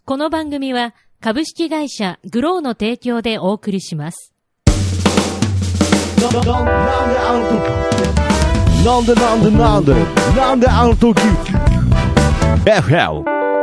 この番組は株式会社グローの提供でお送りします。 なんであの時 FL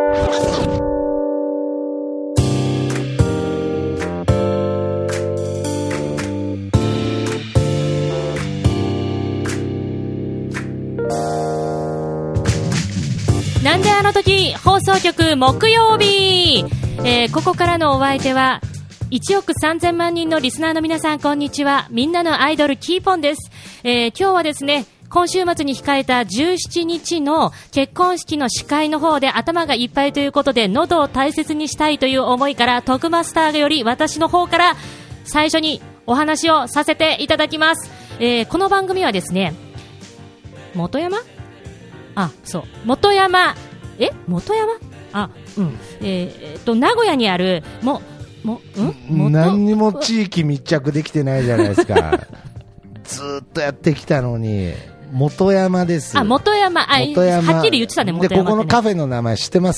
なんであの時放送局木曜日、ここからのお相手は1億3000万人のリスナーの皆さん、こんにちは。みんなのアイドルキーポンです。今日はですね、今週末に控えた17日の結婚式の司会の方で頭がいっぱいということで、喉を大切にしたいという思いから、トクマスターより私の方から最初にお話をさせていただきます。この番組はですね、元山名古屋にある何にも地域密着できてないじゃないですかずーっとやってきたのに。元山です。 元山、はっきり言ってたね。元山ってね。 で、ここのカフェの名前知ってます？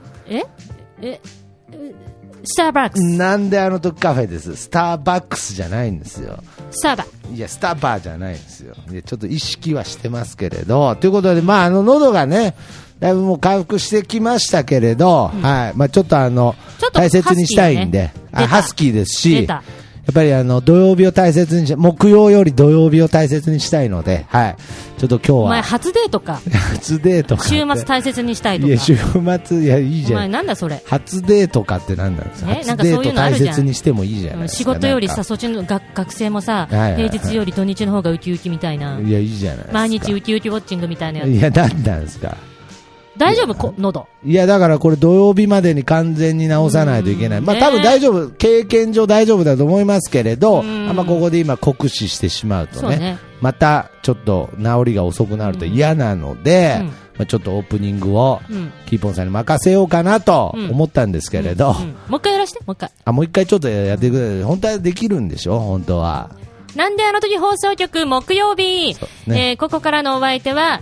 スターバックス。 なんであの時カフェです。スターバックスじゃないんですよ。 スターバ。 いや、スタバじゃないんですよ。いや、ちょっと意識はしてますけれど、ということで、喉がね、だいぶもう回復してきましたけれど、はい。ちょっと大切にしたいんで、ハスキーですし、やっぱり土曜日を大切に木曜より土曜日を大切にしたいので、はい。ちょっと今日は。 お前初デートか。 初デートか。 週末大切にしたいとか。 いや、週末、いや、いいじゃん。 お前なんだそれ。 初デートかってなんなんですか。初デート大切にしてもいいじゃないですか。 仕事よりさ、そっちの学生もさ、平日より土日の方がウキウキみたいな。 いや、いいじゃないですか。 毎日ウキウキウォッチングみたいなやつ。 いや、なんなんですか。 大丈夫喉。 いや、だからこれ土曜日までに完全に直さないといけない。多分大丈夫、経験上大丈夫だと思いますけれど、ここで今酷使してしまうとね、またちょっと治りが遅くなると嫌なので、ちょっとオープニングをキーポンさんに任せようかなと思ったんですけれど、 もう一回やらして、もう一回。 もう一回ちょっとやってください。本当はできるんでしょ、本当は。 なんであの時放送局木曜日、ここからのお相手は、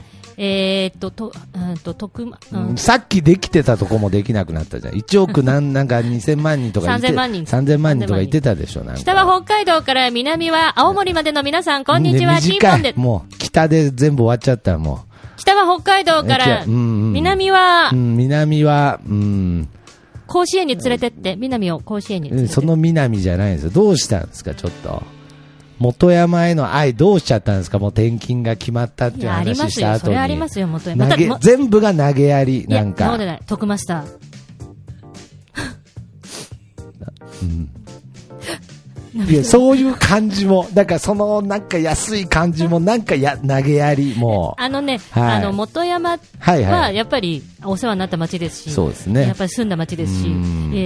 さっきできてたとこもできなくなったじゃん。1億なんか2000万人とか 3000万人 3000万人とか言ってたでしょ。なんか北は北海道から南は青森までの皆さん、こんにちは。キーポンでもう北で全部終わっちゃったもう。 北は北海道から南は甲子園に連れてって、南を甲子園に連れてって。 その南じゃないんですよ。どうしたんですか、ちょっと。元山への愛どうしちゃったんですか。もう転勤が決まったっていう話した後に。 それありますよ、元山。 全部が投げやり、なんか。 そうでない、徳マスター。いや、そういう感じも、だからそのなんか安い感じもなんか投げやりも。 元山はやっぱりお世話になった町ですし、 そうですね。 やっぱり住んだ町ですし、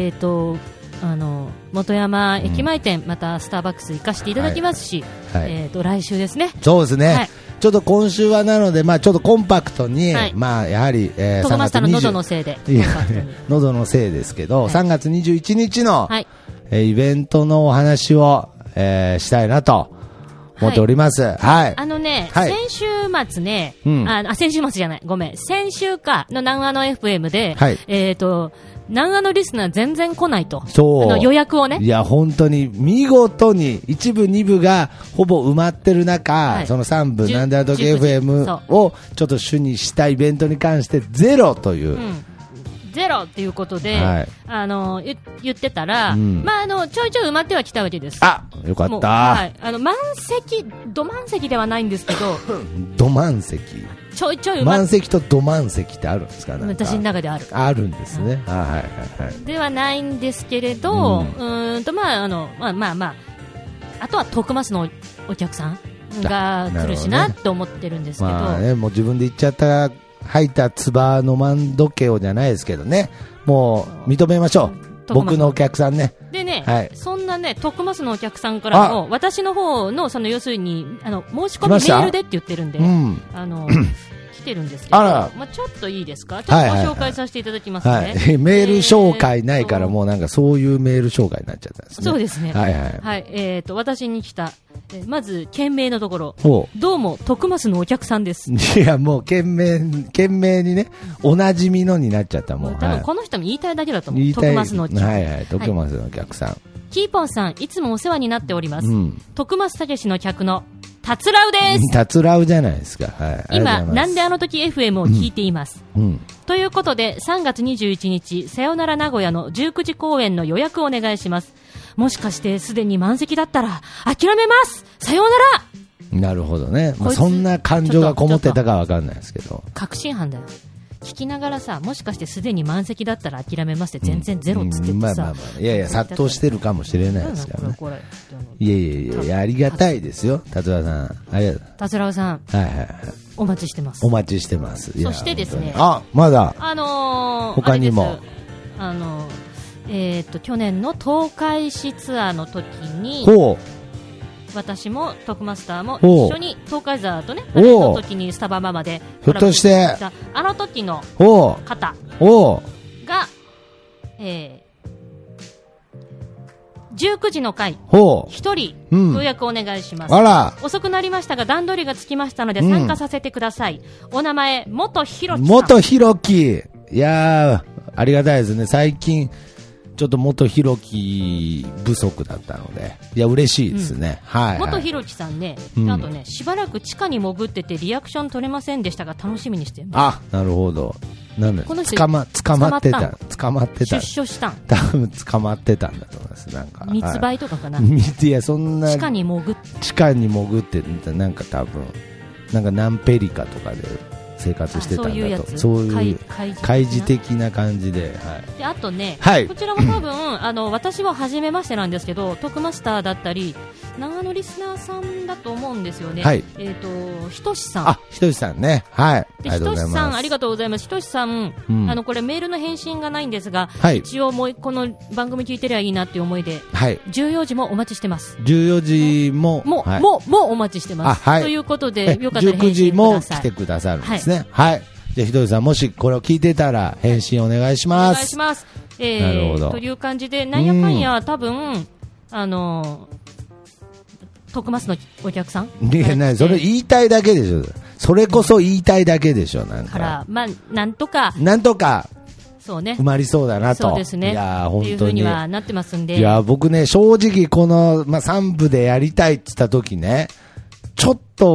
元山駅前店、またスターバックス行かせていただきますし、来週ですね。 そうですね。ちょっと今週はなので、ちょっとコンパクトに、やはり、 トコマスターの喉のせいで。 喉のせいですけど、3月21日の、イベントのお話を、したいなと思っております。はい。 先週末ね、先週末じゃない、ごめん。先週かの南アの FM で、南アのリスナー全然来ないと。そう。予約をね。 いや、本当に、見事に、1部、2部がほぼ埋まってる中、その3部、なんであの時 FM をちょっと主にしたイベントに関してゼロという。 ゼロっていうことで、言ってたら、ちょいちょい埋まってはきたわけです。 よかった。 土満席ではないんですけど。 土満席。 ちょいちょい満席と土満席ってあるんですかね。 私の中である。 あるんですね。 ではないんですけれど、あとは徳マスのお客さんが来るしなと思ってるんですけど。 もう自分で言っちゃった。吐いた唾飲まんどけよじゃないですけどね、もう認めましょう、僕のお客さんね。 でね、そんなね、徳マスのお客さんからも、私の方の、要するに、申し込みメールでって言ってるんで、 来てるんですけど、まあ、ちょっといいですか、ちょっとご紹介させていただきますね、 はいはい、メール紹介ないから、もうなんかそういうメール紹介になっちゃったんですね。 そうですね、 はいはいはい、私に来た、まず件名のところ、どうも徳増のお客さんです。 いやもう件名にね、おなじみのになっちゃった。もう多分この人も言いたいだけだと思う。徳増のお客さん、 はいはい、徳増のお客さん、 キーポンさんいつもお世話になっております、徳増たけしの客のたつらうです。 たつらうじゃないですか、はい、 今なんであの時 FM を聞いています、ということで3月21日さよなら名古屋の19時公演の予約お願いします。もしかしてすでに満席だったら諦めます、さようなら。 なるほどね、まあ、そんな感情がこもってたかわかんないですけど、 確信犯だよ。聞きながらさ、もしかしてすでに満席だったら諦めますって全然ゼロっつっててさ、 いやいや殺到してるかもしれないですからね。いやいやありがたいですよ、達郎さん、ありがとう。 達郎さん、はいはいはい、お待ちしてます。 お待ちしてます。 そしてですね、 まだ他にも去年の東海市ツアーの時に私も徳マスターも一緒に東海ザーとね、あれの時にスタバママでひょっとしてあの時の方が、19時の回1人予約お願いします、遅くなりましたが段取りがつきましたので参加させてください、お名前元ひろきさん。 元ひろき、いやーありがたいですね。最近ちょっと元ひろき不足だったので、いや嬉しいですね、はいはい、 元ひろきさんね、あとねしばらく地下に潜っててリアクション取れませんでしたが楽しみにしてます。 なるほど、なんだ、捕まってた出所したん、 多分捕まってたんだと思います。なんか密売とかかな、 いやそんな地下に潜ってなんか多分なんかナンペリカとかで生活してたんだと、そういう開示的な感じで、 であとね、 はい、 こちらも多分私は初めましてなんですけど、徳マスターだったり長野リスナーさんだと思うんですよね、はい、ひとしさん、 ひとしさんね、はい、 でひとしさんありがとうございます。ひとしさん、これメールの返信がないんですが、一応もうこの番組聞いてりゃいいなっていう思いで、14時もお待ちしてます。 14時ももうお待ちしてます、ということでよかったら返信ください。19時も来てくださるんですね、はい、じゃあひとりさんもしこれを聞いてたら返信お願いします。 お願いします、 なるほどという感じで、なんやかんや多分徳増のお客さん、 いやそれ言いたいだけでしょ、それこそ言いたいだけでしょ、なんかからまあなんとかそうね、 埋まりそうだなと。 そうですね。 いや本当にっていう風にはなってますんで。 いや僕ね正直この3部でやりたいって言った時ね、ちょっと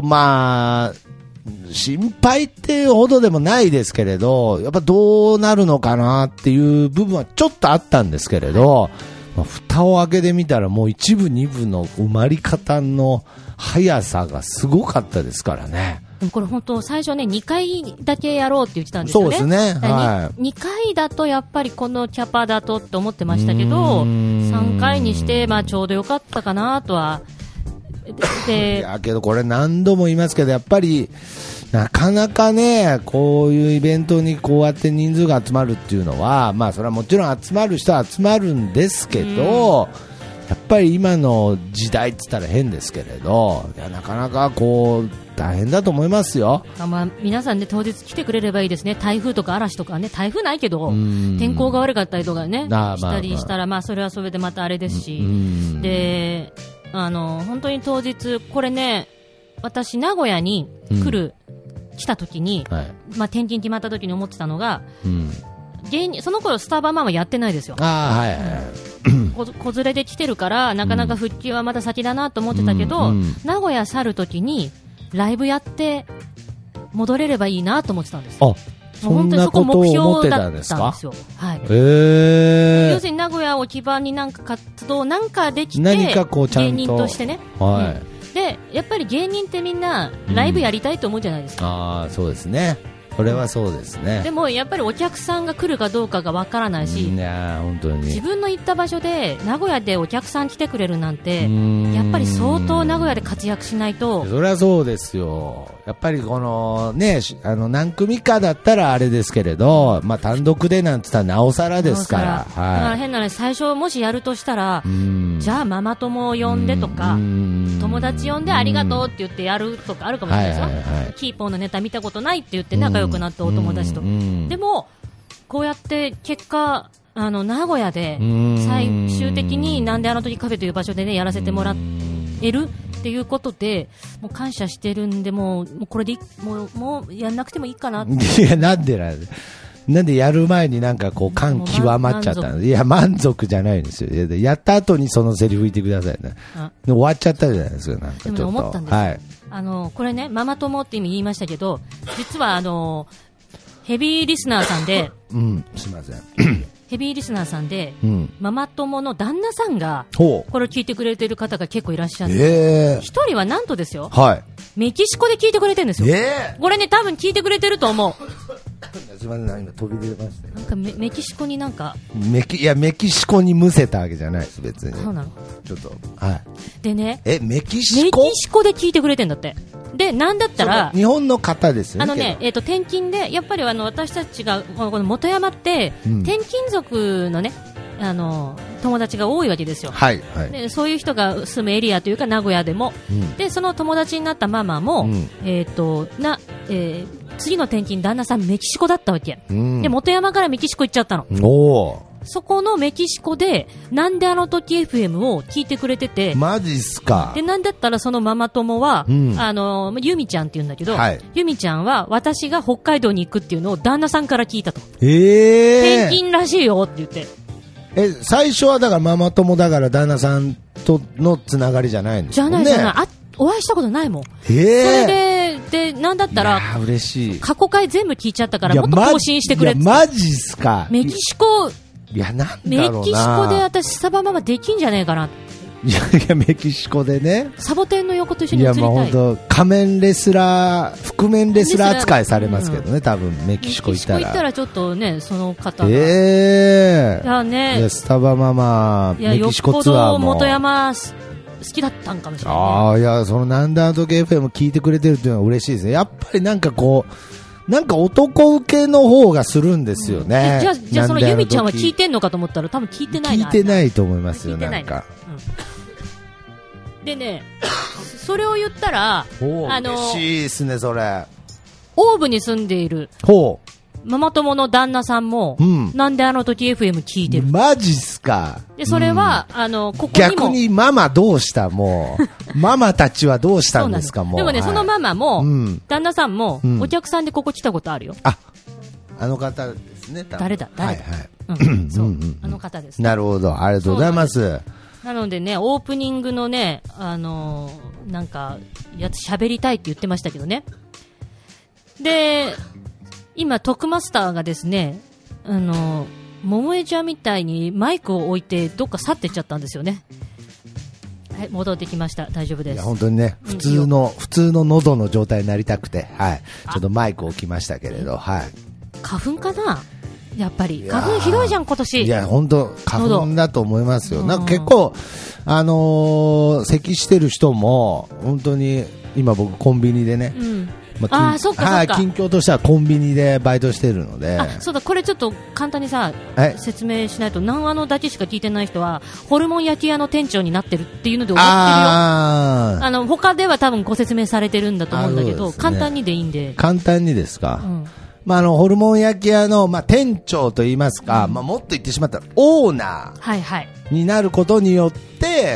心配っていうほどでもないですけれど、やっぱどうなるのかなっていう部分はちょっとあったんですけれど、蓋を開けてみたらもう1部2部の埋まり方の速さがすごかったですからね。 これ本当最初ね2回だけやろうって言ってたんですよね。 そうですね、 はい、2回だとやっぱりこのキャパだとって思ってましたけど、3回にしてちょうどよかったかなとは。 いやけどこれ何度も言いますけど、やっぱりなかなかねこういうイベントにこうやって人数が集まるっていうのは、それはもちろん集まる人は集まるんですけど、やっぱり今の時代って言ったら変ですけれど、いやなかなかこう大変だと思いますよ。 皆さんね当日来てくれればいいですね。台風とか嵐とかね、台風ないけど天候が悪かったりとかねしたりしたら、それはそれでまたあれですし、で本当に当日これね、私名古屋に来た時に、転勤決まった時に思ってたのが、その頃スタバママやってないですよ。子連れで来てるからなかなか復帰はまだ先だなと思ってたけど、名古屋去る時にライブやって戻れればいいなと思ってたんですよ。 そんなことを思ってたんですか。 本当にそこ目標だったんですよ。要するに名古屋を基盤になんか活動なんかできて、 何かこうちゃんと芸人としてね、でやっぱり芸人ってみんなライブやりたいと思うじゃないですか。 そうですね。 それはそうですね。 でもやっぱりお客さんが来るかどうかがわからないし、 いや本当に自分の行った場所で名古屋でお客さん来てくれるなんてやっぱり相当名古屋で活躍しないと。 それはそうですよ。やっぱりこのね、何組かだったらあれですけれど、まあ単独でなんて言ったらなおさらですから。 だから変な話、最初もしやるとしたら、じゃあママ友を呼んでとか、友達呼んでありがとうって言ってやるとかあるかもしれないですよ。キーポンのネタ見たことないって言って仲良くなったお友達と。でもこうやって結果名古屋で最終的になんであの時カフェという場所でねやらせてもらえるっていうことでもう感謝してるんで、もうこれでもうやんなくてもいいかなって。 いやなんでやる前になんかこう感極まっちゃったの。いや満足じゃないんですよ。やった後にそのセリフ言ってくださいね。で終わっちゃったじゃないですか。なんかちょっとでも思ったんですよ、はい、これねママ友って意味言いましたけど、実はヘビーリスナーさんで、 すみません。 ヘビーリスナーさんで、ママ友の旦那さんがこれを聞いてくれている方が結構いらっしゃって、一人はなんとですよ、メキシコで聞いてくれてるんですよ。これね多分聞いてくれてると思う。 すみません、今飛び出ましたよ。 なんかメキシコになんかメキシコにむせたわけじゃないです別に。 そうなの。 ちょっとでね、 メキシコで聞いてくれてんだって。でなんだったら日本の方ですよね。 転勤でやっぱり私たちがこの本山って、転勤族のね友達が多いわけですよ。でそういう人が住むエリアというか名古屋でも、でその友達になったママも、次の転勤旦那さんメキシコだったわけ、で本山からメキシコ行っちゃったの。そこのメキシコでなんであの時 FM を聞いてくれてて。 マジっすか。 でなんだったらそのママ友は、ユミちゃんって言うんだけど、ユミちゃんは私が北海道に行くっていうのを旦那さんから聞いたと。転勤らしいよって言って。 最初はだからママ友だから旦那さんとのつながりじゃないんですよね。 じゃないお会いしたことないもん。それでなんだったら嬉しい。 過去回全部聞いちゃったからもっと更新してくれって。 マジっすか。 メキシコいやなんだろうな、 メキシコで私サバママできんじゃねえかな。 いやメキシコでね、 サボテンの横と一緒に映りたい。 いや本当仮面レスラー覆面レスラー扱いされますけどね、多分メキシコ行ったら。メキシコ行ったらちょっとねその方がいやね、スタバママメキシコツアーもよっぽど元山好きだったんかもしれない、 いやそのなんだあの時 FM 聞いてくれてるっていうのは嬉しいですね。やっぱりなんかこうなんか男受けの方がするんですよね。 じゃあそのユミちゃんは聞いてんのかと思ったら多分聞いてないな。 聞いてないと思いますよ。なんか、 でねそれを言ったら嬉しいですね。それオーブに住んでいるママ友の旦那さんも、なんであの時 FM 聞いてる。 マジっすか。 でそれは、ここにも逆にママどうしたもうママたちはどうしたんですか。もうでもね、そのママも、旦那さんも、お客さんでここ来たことあるよ。 あの方ですね。 誰だそうあの方です、 なるほど、ありがとうございます。 なのでねオープニングのねなんかやつ喋りたいって言ってましたけどね。で今トクマスターがですね桃江ちゃんみたいにマイクを置いてどっか去ってっちゃったんですよね。はい戻ってきました。大丈夫です。 いや本当にね普通の喉の状態になりたくて、ちょっとマイクを置きましたけれど、花粉かなやっぱり花粉ひどいじゃん今年。 いや本当花粉だと思いますよ。なんか結構咳してる人も本当に今僕コンビニでね、 そうか近況としてはコンビニでバイトしてるので。 そうだこれちょっと簡単にさ説明しないと、南和のだけしか聞いてない人はホルモン焼き屋の店長になってるっていうので終わってるよ。他では多分ご説明されてるんだと思うんだけど、簡単にでいいんで。 簡単にですか。ホルモン焼き屋の、店長といいますか、もっと言ってしまったらオーナーになることによって、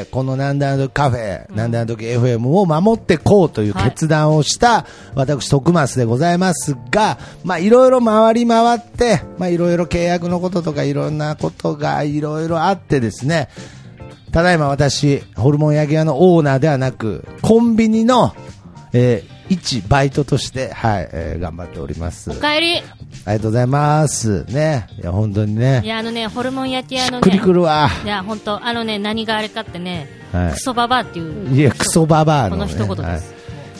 このなんであの時カフェ、なんであの時 FM を守ってこうという決断をした、私徳増でございますが、いろいろ回り回って、いろいろ契約のこととかいろんなことがいろいろあってですね、ただいま私ホルモン焼き屋のオーナーではなくコンビニの、一バイトとして、頑張っております。 お帰り。 ありがとうございますね。いや本当にね。 いやホルモン焼き屋のね。 しっくりくるわ。 いや本当何があれかってね、クソババアっていう。 いやクソババアの、 この一言です。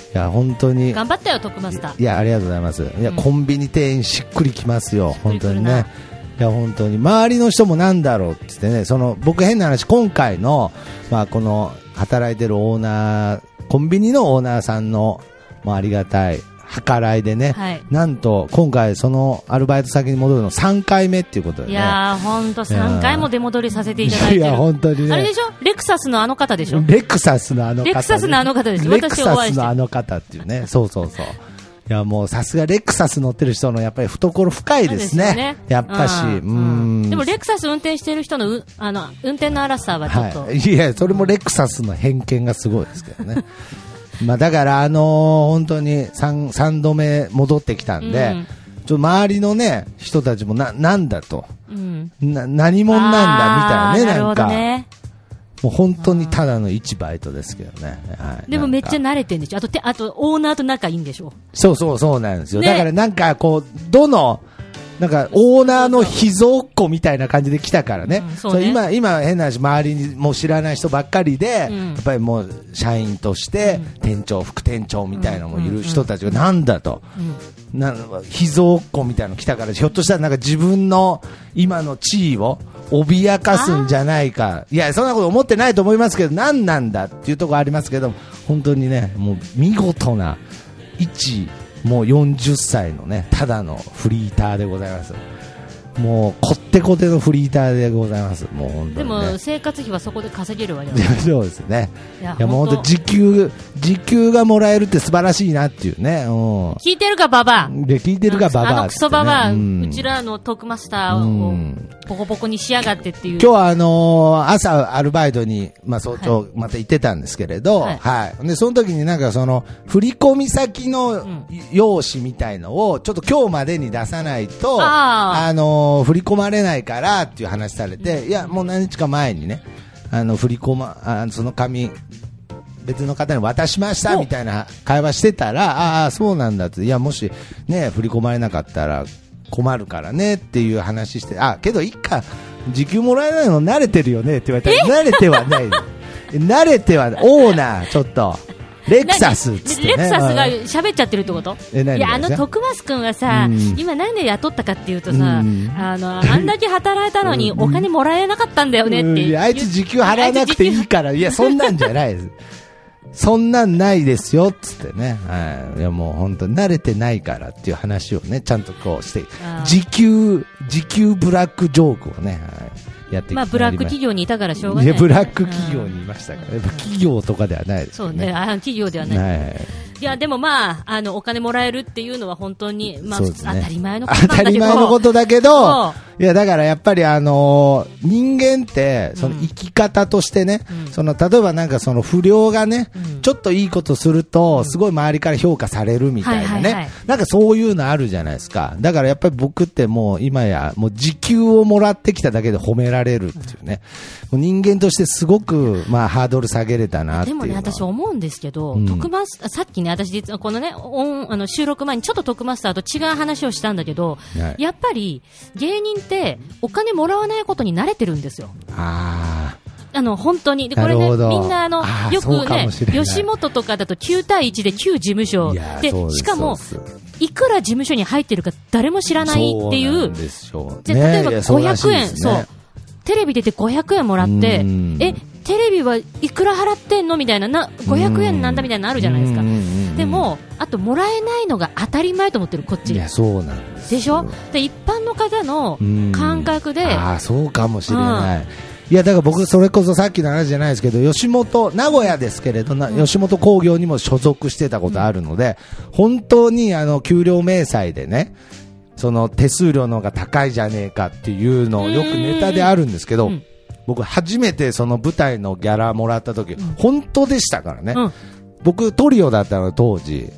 や本当に頑張ったよ徳マスター。 いやありがとうございます。いや、コンビニ店員しっくりきますよ本当にね。いや本当に周りの人もなんだろうって言ってね、その僕変な話、今回の、この働いてるオーナー、コンビニのオーナーさんの、ありがたい計らいでね、はい、なんと今回そのアルバイト先に戻るの3回目っていうことでね。 いやー本当3回も出戻りさせていただいてる。 いや本当にね、 あれでしょ、レクサスのあの方でしょ。 レクサスのあの方、ね、 レクサスのあの方でしょ。 レクサスのあの方っていうね。そうそうそう。いやもうさすがレクサス乗ってる人のやっぱり懐深いですね。やっぱし、でもレクサス運転してる人の運転の荒さはちょっと、 いやそれもレクサスの偏見がすごいですけどね。だから本当に 3度目戻ってきたんで、ちょっと周りのね人たちもなんだと、何者なんだみたいなね、なんかもう本当にただの一バイトですけどね。はい、 でもめっちゃ慣れてるんでしょ。あとオーナーと仲いいんでしょ。 そうなんですよ。だからなんかこうなんかオーナーの秘蔵っ子みたいな感じで来たからね。今変な話、周りにもう知らない人ばっかりで、やっぱりもう社員として店長、副店長みたいなのもいる人たちがなんだと、秘蔵っ子みたいなの来たから、ひょっとしたらなんか自分の今の地位を脅かすんじゃないか。いやそんなこと思ってないと思いますけど、何なんだっていうところありますけど、本当にねもう見事なもう40歳のねただのフリーターでございます。もうこってこてのフリーターでございます。もう本当に、ね、 でも生活費はそこで稼げるわよ。 そうですね。いやもう本当時給がもらえるって素晴らしいなっていうね。 聞いてるかババア。 で聞いてるかババア、ね。 クソババア、うちらのトークマスターをポコポコにしやがってっていう。 今日は朝アルバイトに早朝また行ってたんですけれど、はいでその時になんかその振り込み先の用紙みたいのをちょっと今日までに出さないと振り込まれないからっていう話されて、いやもう何日か前にね振り込その紙別の方に渡しましたみたいな会話してたら、ああそうなんだって、いやもしね振り込まれなかったら困るからねっていう話して、けどいっか時給もらえないの慣れてるよねって言われたら、慣れてはない慣れてはオーナーちょっとレクサスっつってね、 レクサスが喋っちゃってるってこと？いや徳増君はさ、今なんで雇ったかっていうとさ、あんだけ働いたのにお金もらえなかったんだよねってあいつ時給払わなくていいから、いやそんなんじゃないですそんなんないですよっつってね、いやもう本当慣れてないからっていう話をねちゃんとこうして時給ブラックジョークをね、やってブラック企業にいたからしょうがない。 いやブラック企業にいましたから、やっぱ企業とかではないですよね。 そうね、企業ではない。いやでもお金もらえるっていうのは本当に当たり前のことなんだけど。 当たり前のことだけど、いやだからやっぱり人間ってその生き方としてね、例えばなんかその不良がね、ちょっといいことするとすごい周りから評価されるみたいなね、なんかそういうのあるじゃないですか。だからやっぱり僕ってもう今やもう時給をもらってきただけで褒められるっていうね、もう人間としてすごくハードル下げれたなっていうのは。 でもね私思うんですけど、さっきね私実はこのね収録前にちょっと徳マスターと違う話をしたんだけど、やっぱり芸人ってお金もらわないことに慣れてるんで本当にでこれねみんなよくね吉本とかだと9対1で旧事務所で、しかもいくら事務所に入ってるか誰も知らないっていう。で例えば500円、そうテレビ出て500円もらってテレビはいくら払ってんのみたいな500円なんだみたいなのあるじゃないですか。でもあともらえないのが当たり前と思ってるこっち。 いやそうなんですでしょ。で一般の方の感覚でそうかもしれない。いやだから僕それこそさっきの話じゃないですけど、名古屋ですけれど吉本興業にも所属してたことあるので、本当に給料明細でねその手数料の方が高いじゃねえかっていうのをよくネタであるんですけど、僕初めてその舞台のギャラもらった時、本当でしたからね、僕トリオだったの当時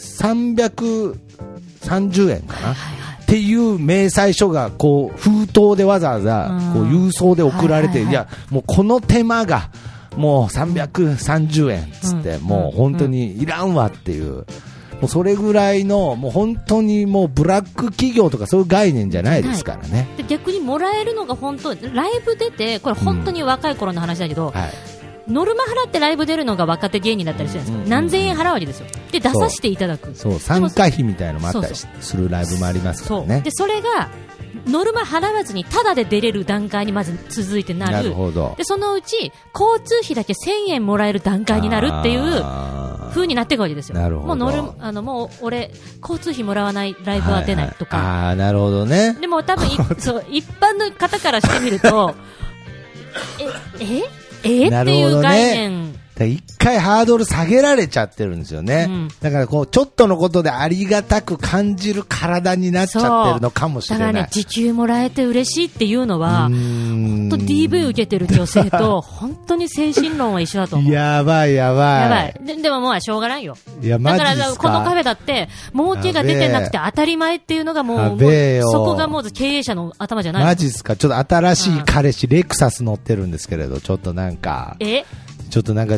330円かな、っていう明細書がこう封筒でわざわざこう郵送で送られて、いやもうこの手間がもう330円っつって、もう本当にいらんわっていう、もうそれぐらいのもう本当にもうブラック企業とかそういう概念じゃないですからね。 で逆にもらえるのが本当ライブ出てこれ本当に若い頃の話だけど、 ノルマ払ってライブ出るのが若手芸人だったりするんですか、何千円払うわけですよ。で出させていただく、 そう参加費みたいなのもあったりするライブもありますからね。 でそれがノルマ払わずにタダで出れる段階にまず続いてなる。 なるほど。 でそのうち交通費だけ1000円もらえる段階になるっていう風になっていくわけですよ。 なるほど。 もう俺交通費もらわないライブは出ないとか、 はいはい、なるほどね。 でも多分そう一般の方からしてみるとっていう概念、 一回ハードル下げられちゃってるんですよね、だからこうちょっとのことでありがたく感じる体になっちゃってるのかもしれない。 だからね、時給もらえて嬉しいっていうのは本当 DV 受けてる女性と本当に精神論は一緒だと思う。 やばいやばい。 でももうしょうがないよ。 いやマジですか。 だからこのカフェだって儲けが出てなくて当たり前っていうのがもうそこがもう経営者の頭じゃない。 マジですか。ちょっと新しい彼氏レクサス乗ってるんですけれど、ちょっとなんかちょっとなんか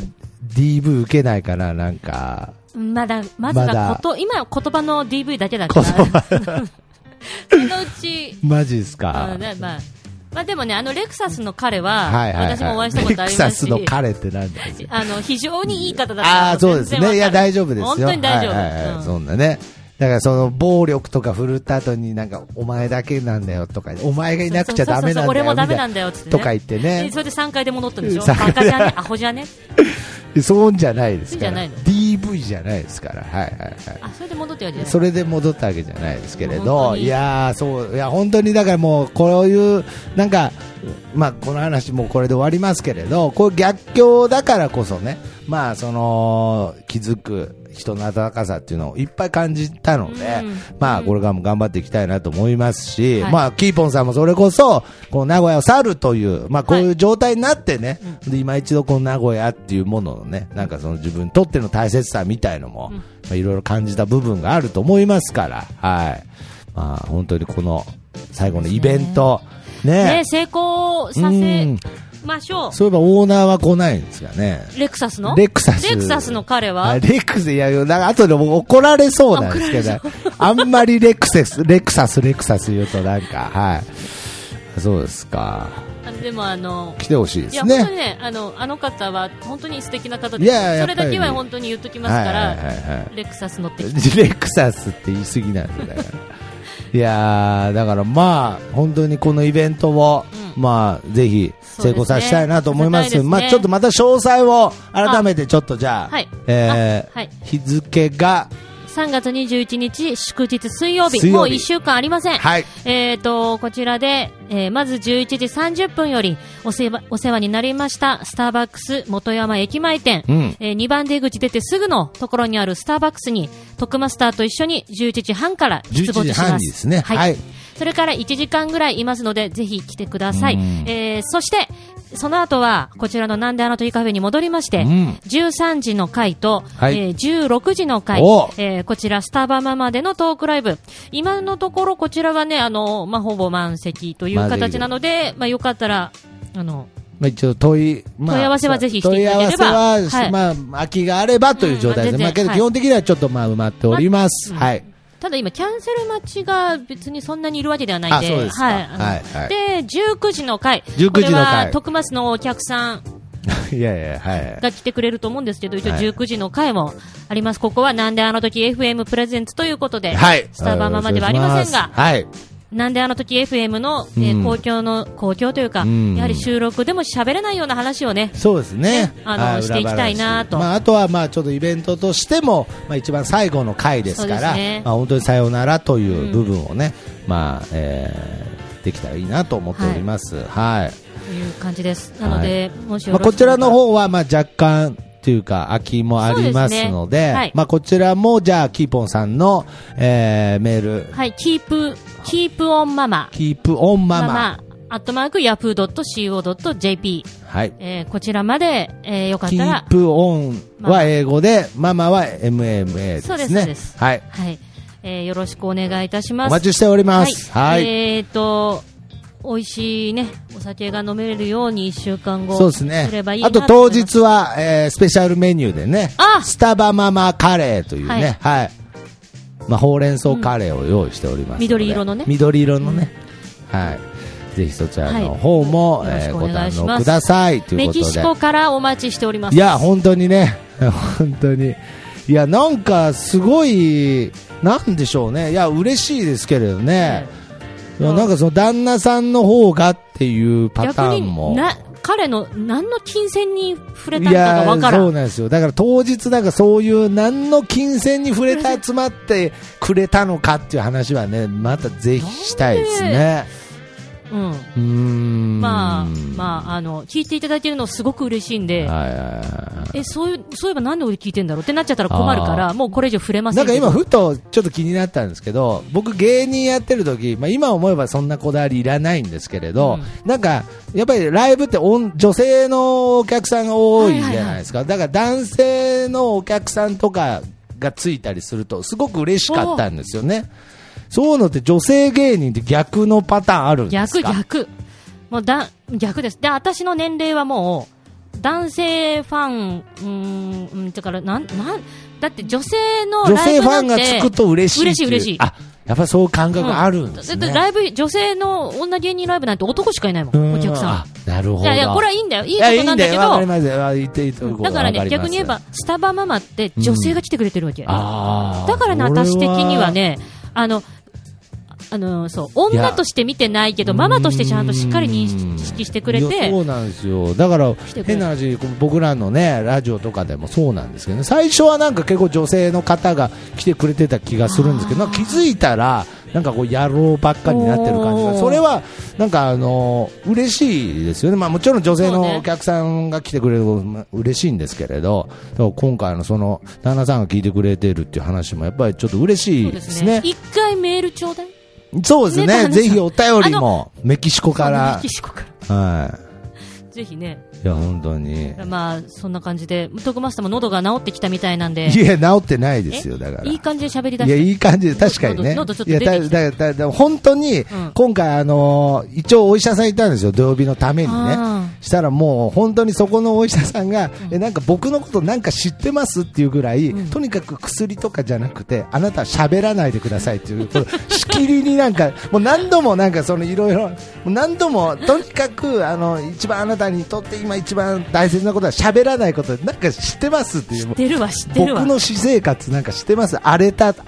DV 受けないかな、なんかまずは今言葉の DV だけだからそのうちマジですか。 まあでもね、レクサスの彼は、私もお会いしたことありますし、 レクサスの彼って何ですか。 非常にいい方だったので、 そうですね。いや大丈夫ですよ。 本当に大丈夫。 そんなね。だからその暴力とか振るった後になんかお前だけなんだよとか、お前がいなくちゃダメなんだよ、 俺もダメなんだよってとか言ってね。 それで3回で戻ったんでしょ。バカじゃね、アホじゃね。 そうじゃないですから。 DV じゃないですから。 それで戻ったわけじゃない。 それで戻ったわけじゃないですけれど、いや本当にだからもうこういうなんかこの話もこれで終わりますけれど、こう逆境だからこそね、その気づく人の温かさっていうのをいっぱい感じたので、これからも頑張っていきたいなと思いますし、キーポンさんもそれこそこの名古屋を去るという、こういう状態になってね、で今一度この名古屋っていうもののね、なんかその自分にとっての大切さみたいのも、いろいろ感じた部分があると思いますから、本当にこの最後のイベントね成功させましょう。 そういえばオーナーは来ないんですかね。 レクサスのの彼はレクサス、いやなんか後で怒られそうなんですけど、あんまりレクサス言うとなんかそうですか。 でも来てほしいですね。 いや本当にね、あの方は本当に素敵な方です。それだけは本当に言っときますから、レクサス乗ってきて。 レクサスって言い過ぎなんですよ。だからいやだから本当にこのイベントを、ぜひ成功させたいなと思います。ちょっとまた詳細を改めてちょっとじゃあ、日付が 3月21日祝日水曜日、もう1週間ありません。こちらで、まず11時30分よりお世話になりましたスターバックス本山駅前店、2番出口出てすぐのところにあるスターバックスに徳マスターと一緒に11時半から出没します。11時半ですね。それから1時間ぐらいいますのでぜひ来てください。そしてその後はこちらのなんであの時カフェに戻りまして、13時の回と、16時の回、こちらスタバママでのトークライブ、今のところこちらはねほぼ満席という形なので、よかったら一応問い合わせはぜひしていただければ、 空きがあればという状態です。けど基本的にはちょっと埋まっております。 ただ今キャンセル待ちが別にそんなにいるわけではないんで、で19時の回、これは徳増のお客さんが来てくれると思うんですけど、一応19時の回もあります。ここはなんであの時 FM プレゼンツということで、スタバママではありませんが、なんであの時 FM の、公共というか、やはり収録でも喋れないような話をね、 そうですね、 していきたいなと。 あとはちょっとイベントとしても、一番最後の回ですから、本当にさよならという部分をね、できたらいいなと思っております。という感じです。なので、もしこちらの方は若干というか空きもありますので、こちらもじゃあキーポンさんの、メール、 キープオンママ@yahoo.co.jp、こちらまで、よかったらキープオンは英語で、ママは MMA ですね。 そうです。よろしくお願いいたします。 お待ちしております。 美味しいねお酒が飲めれるように1週間後そうですね。 すればいいなとあと当日は、スペシャルメニューでね、スタバママカレーというね、ほうれん草カレーを用意しておりますので、 緑色のね、 ぜひそちらの方も、ご堪能くださいということで、 メキシコからお待ちしております。 いや本当にね本当にいやなんかすごいなんでしょうね、いや嬉しいですけれどね、いやなんかその旦那さんの方がっていうパターンも彼の何の金銭に触れたのかが分からん。 そうなんですよ。だから当日なんかそういう何の金銭に触れて集まってくれたのかっていう話はね、またぜひしたいですね。 まあ聞いていただいているのすごく嬉しいんで、そういえばなんで俺聞いてんだろうってなっちゃったら困るから、もうこれ以上触れませんけど。 なんか今ふとちょっと気になったんですけど、僕芸人やってる時、今思えばそんなこだわりいらないんですけれど、なんかやっぱりライブって女性のお客さんが多いじゃないですか。だから男性のお客さんとかがついたりするとすごく嬉しかったんですよね。そういうのって女性芸人って逆のパターンあるんですか？ もう逆です。で、私の年齢はもう男性ファン、だからだって女性のライブなんて女性ファンがつくと嬉しい。 嬉しい。 あ、やっぱりそういう感覚あるんですね。 ライブ女性の女芸人ライブなんて男しかいないもん、お客さん。 なるほど。 いやこれはいいんだよ、いいことなんだけど。 わかりますよ。 だからね、逆に言えばスタバママって女性が来てくれてるわけ。だからね、私的にはね、そう女として見てないけどママとしてちゃんとしっかり認識してくれて。 そうなんですよ。だから変な話、僕らのねラジオとかでもそうなんですけどね、最初はなんか結構女性の方が来てくれてた気がするんですけど、気づいたらなんかこう野郎ばっかりになってる感じが、それはなんか嬉しいですよね。もちろん女性のお客さんが来てくれるの嬉しいんですけれど、今回のその旦那さんが聞いてくれてるっていう話もやっぱりちょっと嬉しいですね。 一回メールちょうだい。 そうですね。ぜひお便りもメキシコから。 はい。ぜひね。 いや本当に。 そんな感じで徳マスターも喉が治ってきたみたいなんで。 いや治ってないですよ。だから。 いい感じで喋り出して。 いやいい感じで確かにね。 喉ちょっと出てきた。 いや本当に今回一応お医者さんいたんですよ、土曜日のためにね。したらもう本当にそこのお医者さんがなんか僕のことなんか知ってますっていうぐらい、とにかく薬とかじゃなくてあなたは喋らないでくださいっていうしきりになんかもう何度もなんかそのいろいろ何度もとにかく一番あなたにとって今一番大切なことは喋らないことで、なんか知ってますっていう。 知ってるわ。 僕の私生活なんか知ってます。荒れたト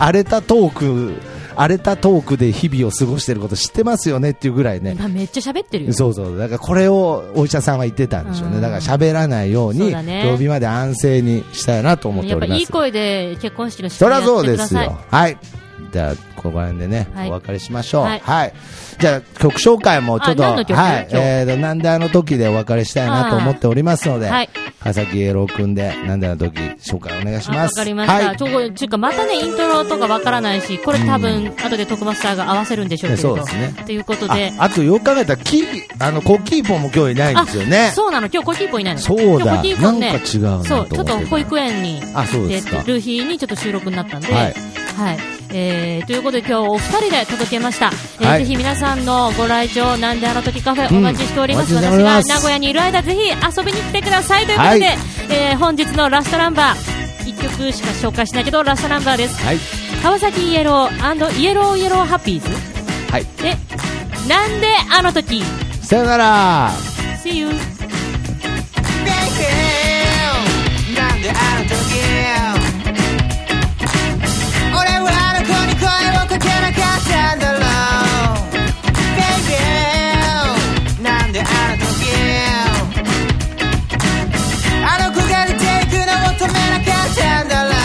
ークで日々を過ごしていること知ってますよねっていうぐらいね。 めっちゃ喋ってるよ。 そうだからこれをお医者さんは言ってたんでしょうね。だから喋らないように土曜日まで安静にしたいなと思っております。 やっぱいい声で結婚式の司会やってください。 そりゃそうですよ。はい。じゃあここら辺でね、お別れしましょう。はい。じゃあ曲紹介もちょっとなんであの時でお別れしたいなと思っておりますので、川崎栄郎くんでなんであの時紹介お願いします。 わかりました。ちゅうかまたねイントロとかわからないし、これ多分後で徳マスターが合わせるんでしょうけど。そうですね。ということで、 あとよく考えたらコキーポンも今日いないんですよね。 そうなの、今日コキーポンいないの。 そうだ。なんか違うな。 そう、ちょっと保育園に出てる日にちょっと収録になったんで、はい。ということで今日お二人で届けました。ぜひ皆さんのご来場なんであの時カフェお待ちしております。私が名古屋にいる間ぜひ遊びに来てくださいということで、本日のラストナンバー1曲しか紹介しないけどラストナンバーです。川崎イエロー&イエローイエローハッピーズ。で、なんであの時。 さよなら。 See you。 なんであの時俺はあの子に声をかけなかったんだろう Baby なんであの時あの子が出ていくのを止めなかったんだろう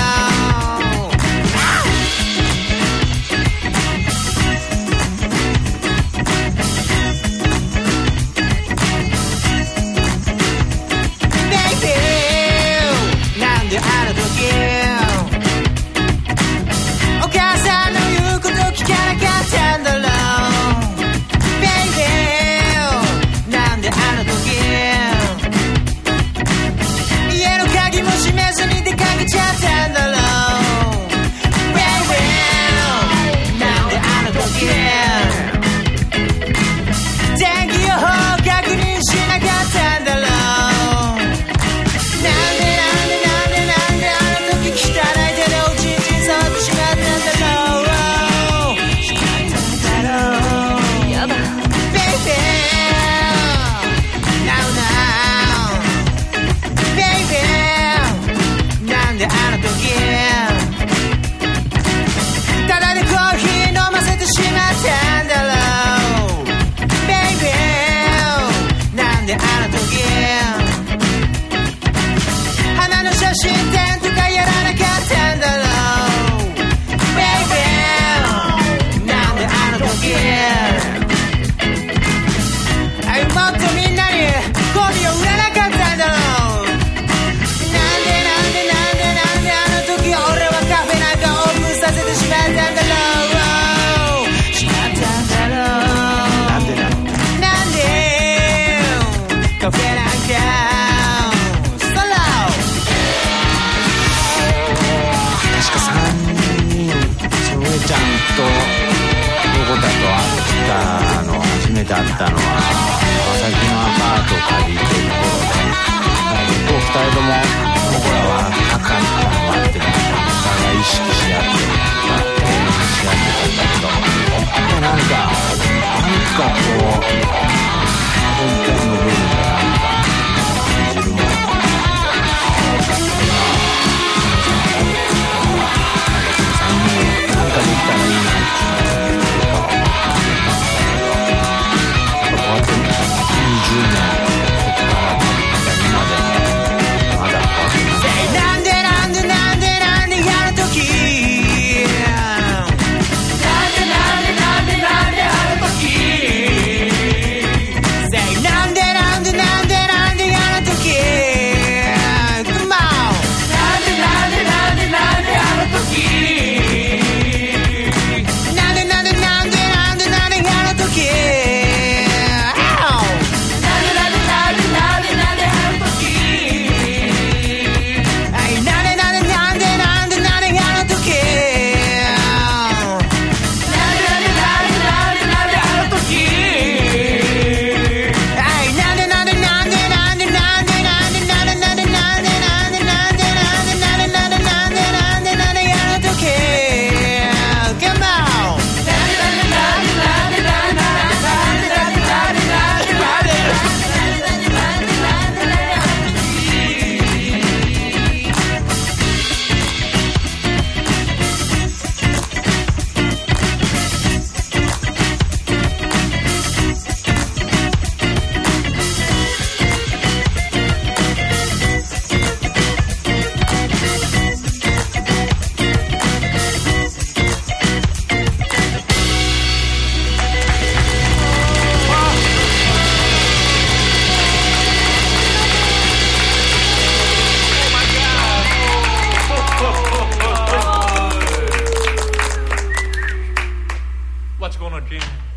なんであの時花の写真展とかやらなかったんだろう Baby なんであの時もっとみんなにゴミを売らなかったんだろうなんであの時俺はカフェなんかオープンさせてしまったんだろうしまったんだろうなんでカフェなんかストロー確か3人それちゃんとどこだと会ったの初めて会ったのは川崎のアパートを借りてる頃で結構2人とも僕らは仲に頑張ってるお互い意識し合って提案し合ってたんだけどなんかこう根本の部分がなんか感じるものなんかできたらいいなってこうやって20年ここから経った今でまだこうやってなんであの時あの時 Say なんであの時 Come on なんであの時なんであの時 What's going on, Gene?